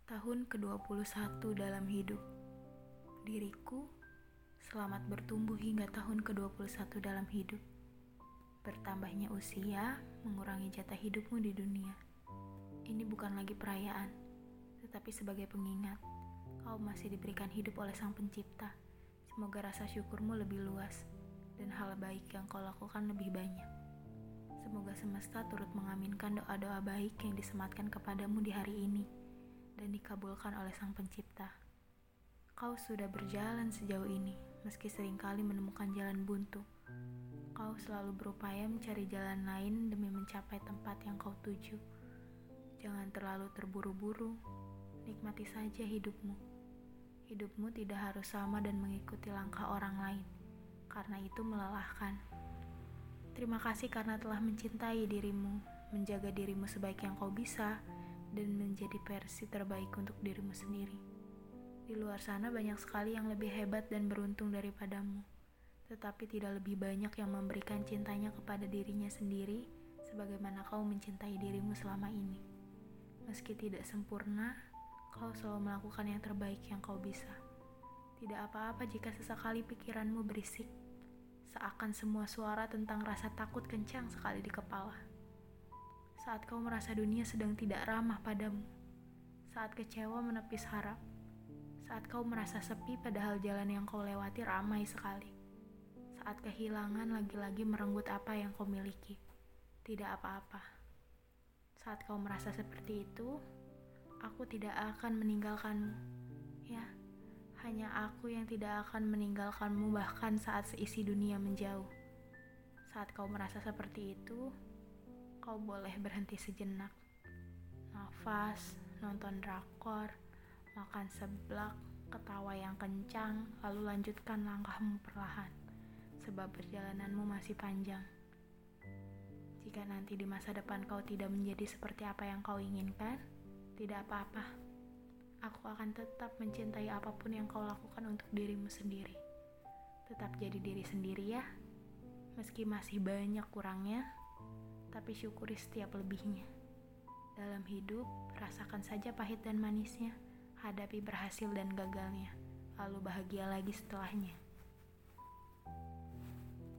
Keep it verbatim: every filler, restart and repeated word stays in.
Tahun kedua puluh satu dalam hidup. Diriku, selamat bertumbuh hingga tahun kedua puluh satu dalam hidup. Bertambahnya usia mengurangi jatah hidupmu di dunia. Ini bukan lagi perayaan, tetapi sebagai pengingat, kau masih diberikan hidup oleh Sang Pencipta. Semoga rasa syukurmu lebih luas, dan hal baik yang kau lakukan lebih banyak. Semoga semesta turut mengaminkan doa-doa baik yang disematkan kepadamu di hari ini, dan dikabulkan oleh Sang Pencipta. Kau sudah berjalan sejauh ini, meski seringkali menemukan jalan buntu. Kau selalu berupaya mencari jalan lain demi mencapai tempat yang kau tuju. Jangan terlalu terburu-buru, nikmati saja hidupmu. Hidupmu tidak harus sama dan mengikuti langkah orang lain, karena itu melelahkan. Terima kasih karena telah mencintai dirimu, menjaga dirimu sebaik yang kau bisa, dan menjadi versi terbaik untuk dirimu sendiri. Di luar sana banyak sekali yang lebih hebat dan beruntung daripadamu, tetapi tidak lebih banyak yang memberikan cintanya kepada dirinya sendiri sebagaimana kau mencintai dirimu selama ini. Meski tidak sempurna, kau selalu melakukan yang terbaik yang kau bisa. Tidak apa-apa jika sesekali pikiranmu berisik, seakan semua suara tentang rasa takut kencang sekali di kepala. Saat kau merasa dunia sedang tidak ramah padamu, saat kecewa menepis harap, saat kau merasa sepi padahal jalan yang kau lewati ramai sekali, saat kehilangan lagi-lagi merenggut apa yang kau miliki, tidak apa-apa. Saat kau merasa seperti itu, aku tidak akan meninggalkanmu. Ya, hanya aku yang tidak akan meninggalkanmu bahkan saat seisi dunia menjauh. Saat kau merasa seperti itu, kau boleh berhenti sejenak. Nafas, nonton drakor, makan seblak, ketawa yang kencang, lalu lanjutkan langkahmu perlahan. Sebab perjalananmu masih panjang. Jika nanti di masa depan kau tidak menjadi seperti apa yang kau inginkan, tidak apa-apa. Aku akan tetap mencintai apapun yang kau lakukan untuk dirimu sendiri. Tetap jadi diri sendiri ya. Meski masih banyak kurangnya, tapi syukuri setiap lebihnya. Dalam hidup, rasakan saja pahit dan manisnya, hadapi berhasil dan gagalnya, lalu bahagia lagi setelahnya.